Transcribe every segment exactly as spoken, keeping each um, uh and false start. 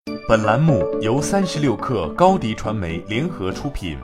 本栏目由三十六氪高迪传媒联合出品。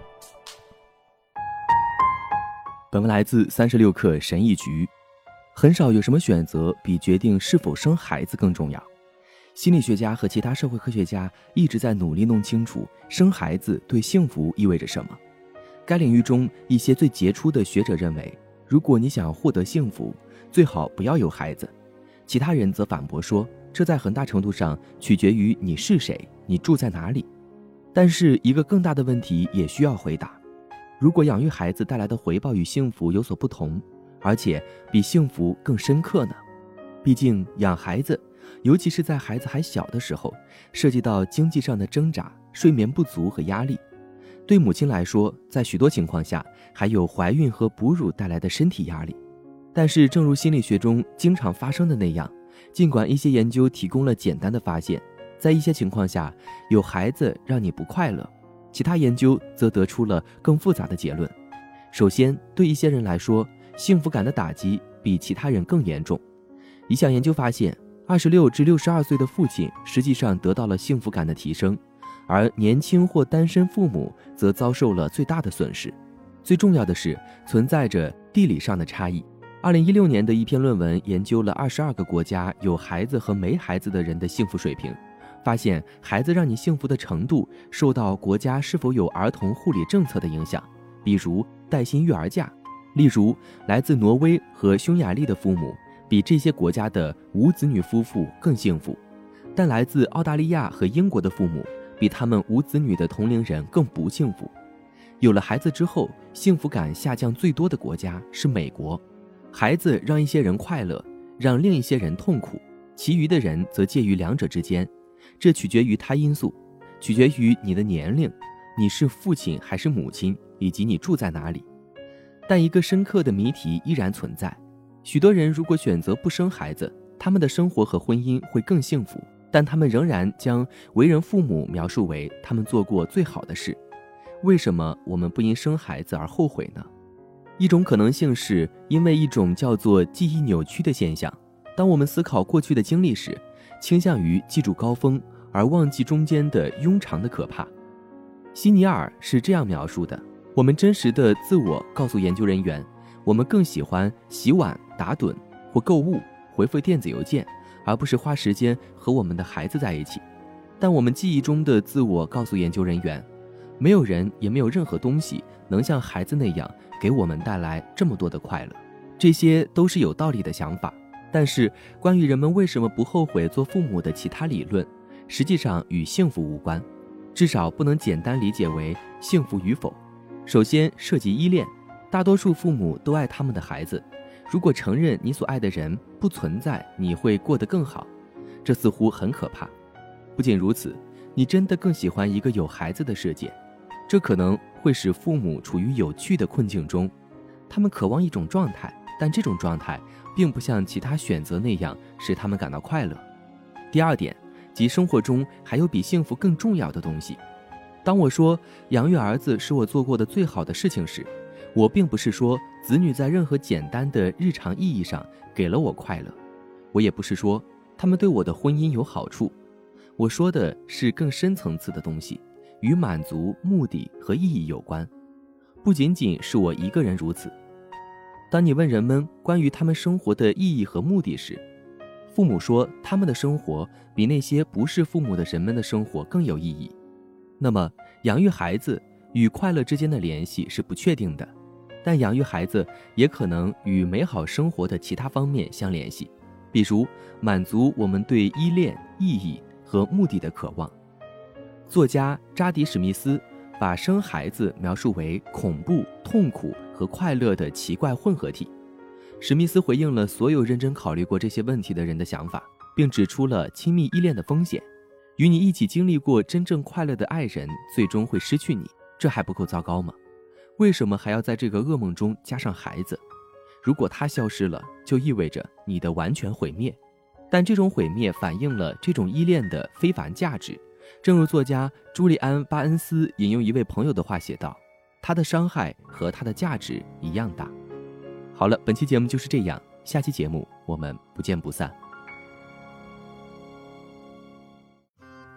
本文来自三十六氪神译局。很少有什么选择比决定是否生孩子更重要。心理学家和其他社会科学家一直在努力弄清楚生孩子对幸福意味着什么。该领域中一些最杰出的学者认为，如果你想要获得幸福，最好不要有孩子。其他人则反驳说，这在很大程度上取决于你是谁，你住在哪里。但是一个更大的问题也需要回答，如果养育孩子带来的回报与幸福有所不同，而且比幸福更深刻呢？毕竟养孩子，尤其是在孩子还小的时候，涉及到经济上的挣扎、睡眠不足和压力。对母亲来说，在许多情况下还有怀孕和哺乳带来的身体压力。但是正如心理学中经常发生的那样，尽管一些研究提供了简单的发现，在一些情况下有孩子让你不快乐，其他研究则得出了更复杂的结论。首先，对一些人来说，幸福感的打击比其他人更严重。一项研究发现，二十六至六十二岁的父亲实际上得到了幸福感的提升，而年轻或单身父母则遭受了最大的损失。最重要的是，存在着地理上的差异。二零一六年的一篇论文研究了二十二个国家有孩子和没孩子的人的幸福水平，发现孩子让你幸福的程度受到国家是否有儿童护理政策的影响，比如带薪育儿假。例如，来自挪威和匈牙利的父母比这些国家的无子女夫妇更幸福，但来自澳大利亚和英国的父母比他们无子女的同龄人更不幸福。有了孩子之后，幸福感下降最多的国家是美国。孩子让一些人快乐，让另一些人痛苦，其余的人则介于两者之间。这取决于他因素，取决于你的年龄，你是父亲还是母亲，以及你住在哪里。但一个深刻的谜题依然存在，许多人如果选择不生孩子，他们的生活和婚姻会更幸福，但他们仍然将为人父母描述为他们做过最好的事。为什么我们不因生孩子而后悔呢？一种可能性是因为一种叫做记忆扭曲的现象，当我们思考过去的经历时，倾向于记住高峰，而忘记中间的庸常的可怕。希尼尔是这样描述的，我们真实的自我告诉研究人员，我们更喜欢洗碗、打盹或购物、回复电子邮件，而不是花时间和我们的孩子在一起。但我们记忆中的自我告诉研究人员，没有人也没有任何东西能像孩子那样给我们带来这么多的快乐。这些都是有道理的想法，但是关于人们为什么不后悔做父母的其他理论，实际上与幸福无关，至少不能简单理解为幸福与否。首先涉及依恋，大多数父母都爱他们的孩子，如果承认你所爱的人不存在，你会过得更好，这似乎很可怕。不仅如此，你真的更喜欢一个有孩子的世界，这可能会使父母处于有趣的困境中，他们渴望一种状态，但这种状态并不像其他选择那样使他们感到快乐。第二点，即生活中还有比幸福更重要的东西。当我说养育儿子是我做过的最好的事情时，我并不是说子女在任何简单的日常意义上给了我快乐，我也不是说他们对我的婚姻有好处，我说的是更深层次的东西，与满足、目的和意义有关。不仅仅是我一个人如此。当你问人们关于他们生活的意义和目的时，父母说他们的生活比那些不是父母的人们的生活更有意义。那么养育孩子与快乐之间的联系是不确定的，但养育孩子也可能与美好生活的其他方面相联系，比如满足我们对依恋、意义和目的的渴望。作家扎迪·史密斯把生孩子描述为恐怖、痛苦和快乐的奇怪混合体。史密斯回应了所有认真考虑过这些问题的人的想法，并指出了亲密依恋的风险。与你一起经历过真正快乐的爱人最终会失去你，这还不够糟糕吗？为什么还要在这个噩梦中加上孩子？如果他消失了，就意味着你的完全毁灭。但这种毁灭反映了这种依恋的非凡价值。正如作家朱利安·巴恩斯引用一位朋友的话写道，他的伤害和他的价值一样大。好了，本期节目就是这样，下期节目我们不见不散。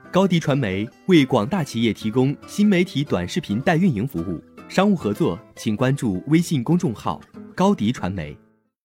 高迪传媒为广大企业提供新媒体短视频代运营服务，商务合作请关注微信公众号高迪传媒。